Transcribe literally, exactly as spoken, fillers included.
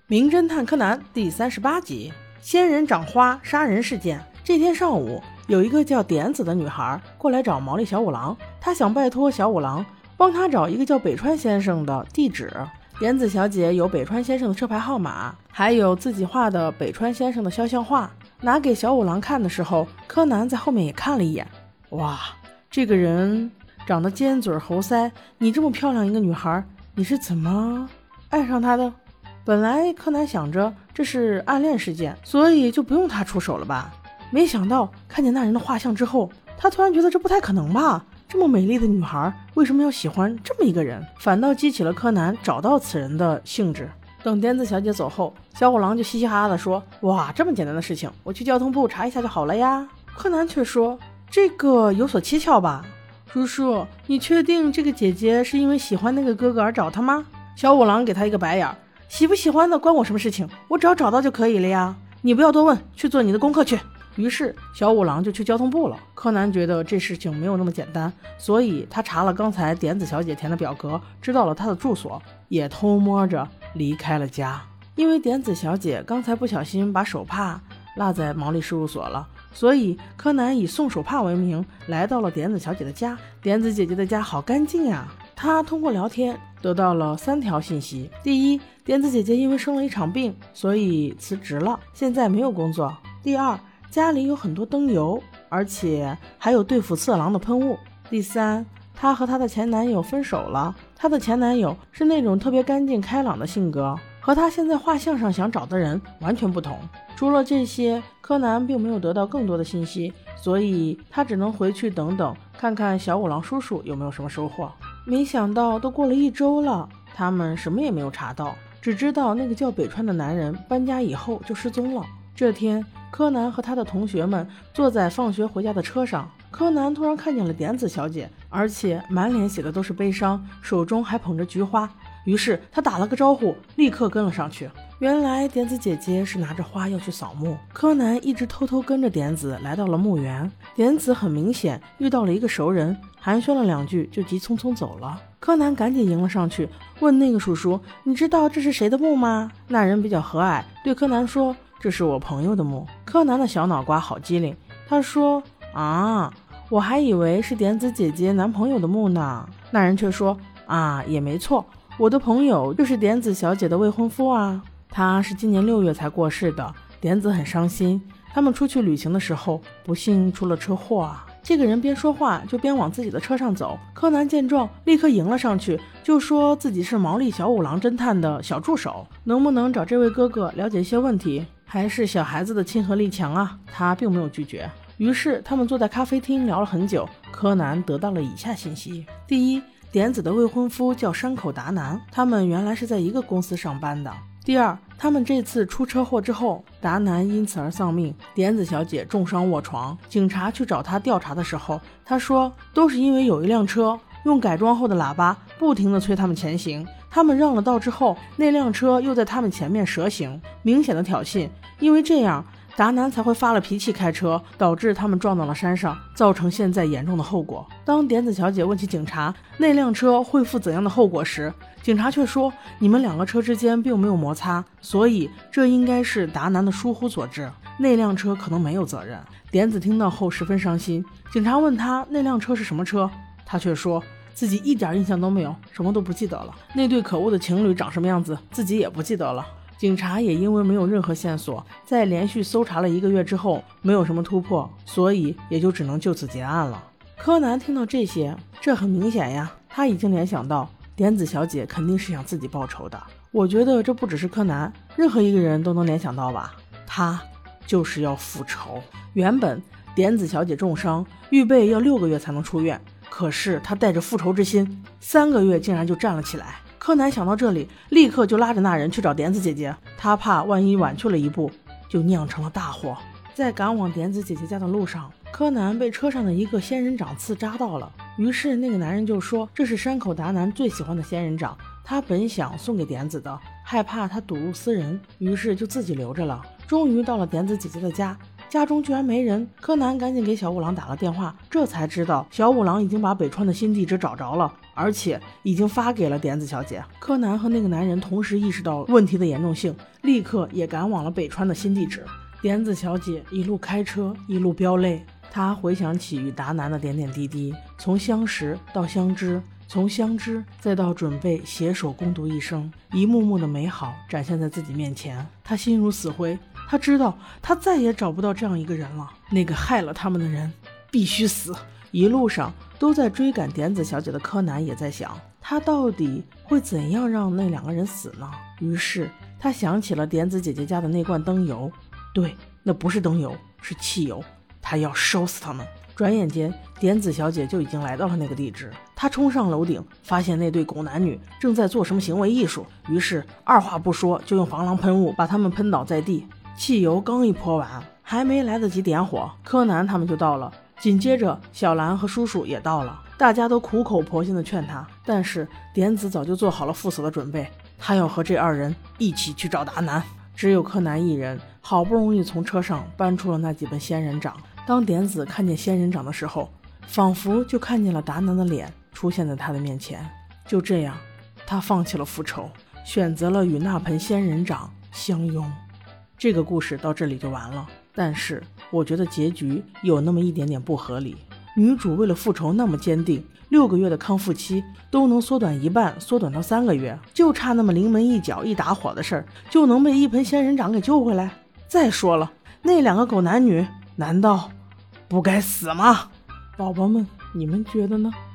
名侦探柯南第三十八集，仙人掌花杀人事件。这天上午，有一个叫点子的女孩过来找毛利小五郎，她想拜托小五郎帮她找一个叫北川先生的地址。点子小姐有北川先生的车牌号码，还有自己画的北川先生的肖像画。拿给小五郎看的时候，柯南在后面也看了一眼。哇，这个人长得尖嘴猴腮，你这么漂亮一个女孩，你是怎么爱上她的？本来柯南想着这是暗恋事件，所以就不用他出手了吧。没想到看见那人的画像之后，他突然觉得这不太可能吧，这么美丽的女孩为什么要喜欢这么一个人，反倒激起了柯南找到此人的兴致。等点子小姐走后，小五郎就嘻嘻哈哈地说，哇，这么简单的事情，我去交通部查一下就好了呀。柯南却说，这个有所蹊跷吧。叔叔，你确定这个姐姐是因为喜欢那个哥哥而找他吗？小五郎给他一个白眼，喜不喜欢的关我什么事情，我只要找到就可以了呀，你不要多问，去做你的功课去。于是小五郎就去交通部了。柯南觉得这事情没有那么简单，所以他查了刚才点子小姐填的表格，知道了她的住所，也偷摸着离开了家。因为点子小姐刚才不小心把手帕落在毛利事务所了，所以柯南以送手帕为名来到了点子小姐的家。点子姐姐的家好干净呀。他通过聊天得到了三条信息。第一，点子姐姐因为生了一场病，所以辞职了，现在没有工作。第二，家里有很多灯油，而且还有对付色狼的喷雾。第三，她和她的前男友分手了，她的前男友是那种特别干净开朗的性格，和她现在画像上想找的人完全不同。除了这些，柯南并没有得到更多的信息，所以他只能回去等等，看看小五郎叔叔有没有什么收获。没想到都过了一周了，他们什么也没有查到，只知道那个叫北川的男人搬家以后就失踪了。这天，柯南和他的同学们坐在放学回家的车上，柯南突然看见了点子小姐，而且满脸写的都是悲伤，手中还捧着菊花。于是他打了个招呼，立刻跟了上去。原来点子姐姐是拿着花要去扫墓，柯南一直偷偷跟着点子来到了墓园。点子很明显遇到了一个熟人，寒暄了两句就急匆匆走了。柯南赶紧迎了上去，问那个叔叔，你知道这是谁的墓吗？那人比较和蔼，对柯南说，这是我朋友的墓。柯南的小脑瓜好机灵，他说，啊，我还以为是点子姐姐男朋友的墓呢。那人却说，啊，也没错，我的朋友就是点子小姐的未婚夫啊，他是今年六月才过世的。点子很伤心，他们出去旅行的时候不幸出了车祸啊。这个人边说话就边往自己的车上走，柯南见状立刻迎了上去，就说自己是毛利小五郎侦探的小助手，能不能找这位哥哥了解一些问题。还是小孩子的亲和力强啊，他并没有拒绝。于是他们坐在咖啡厅聊了很久，柯南得到了以下信息。第一，点子的未婚夫叫山口达南，他们原来是在一个公司上班的。第二，他们这次出车祸之后，达南因此而丧命，点子小姐重伤卧床。警察去找他调查的时候，他说都是因为有一辆车用改装后的喇叭不停地催他们前行，他们让了道之后，那辆车又在他们前面蛇行，明显的挑衅。因为这样，达南才会发了脾气开车，导致他们撞到了山上，造成现在严重的后果。当点子小姐问起警察那辆车会负怎样的后果时，警察却说，你们两个车之间并没有摩擦，所以这应该是达南的疏忽所致，那辆车可能没有责任。点子听到后十分伤心，警察问他那辆车是什么车，他却说自己一点印象都没有，什么都不记得了。那对可恶的情侣长什么样子，自己也不记得了。警察也因为没有任何线索，在连续搜查了一个月之后没有什么突破，所以也就只能就此结案了。柯南听到这些，这很明显呀，他已经联想到点子小姐肯定是想自己报仇的。我觉得这不只是柯南，任何一个人都能联想到吧，他就是要复仇。原本点子小姐重伤，预备要六个月才能出院，可是他带着复仇之心，三个月竟然就站了起来。柯南想到这里，立刻就拉着那人去找点子姐姐，他怕万一晚去了一步，就酿成了大祸。在赶往点子姐姐家的路上，柯南被车上的一个仙人掌刺扎到了，于是那个男人就说这是山口达南最喜欢的仙人掌，他本想送给点子的，害怕他睹入私人，于是就自己留着了。终于到了点子姐姐的家，家中居然没人，柯南赶紧给小五郎打了电话，这才知道小五郎已经把北川的新地址找着了， 而且已经发给了点子小姐。柯南和那个男人同时意识到问题的严重性，立刻也赶往了北川的新地址。点子小姐一路开车，一路飙泪，她回想起与达南的点点滴滴，从相识到相知，从相知再到准备携手共度一生，一幕幕的美好展现在自己面前。她心如死灰，她知道她再也找不到这样一个人了，那个害了他们的人必须死。一路上都在追赶点子小姐的柯南也在想，他到底会怎样让那两个人死呢？于是他想起了点子姐姐家的那罐灯油，对，那不是灯油，是汽油，他要烧死他们。转眼间点子小姐就已经来到了那个地址，她冲上楼顶，发现那对狗男女正在做什么行为艺术，于是二话不说就用防狼喷雾把他们喷倒在地。汽油刚一泼完，还没来得及点火，柯南他们就到了，紧接着小兰和叔叔也到了，大家都苦口婆心地劝他，但是点子早就做好了赴死的准备，他要和这二人一起去找达南。只有柯南一人好不容易从车上搬出了那几本仙人掌，当点子看见仙人掌的时候，仿佛就看见了达南的脸出现在他的面前。就这样，他放弃了复仇，选择了与那盆仙人掌相拥。这个故事到这里就完了，但是我觉得结局有那么一点点不合理。女主为了复仇那么坚定，六个月的康复期都能缩短一半，缩短到三个月，就差那么临门一脚一打火的事儿，就能被一盆仙人掌给救回来。再说了，那两个狗男女难道不该死吗？宝宝们，你们觉得呢？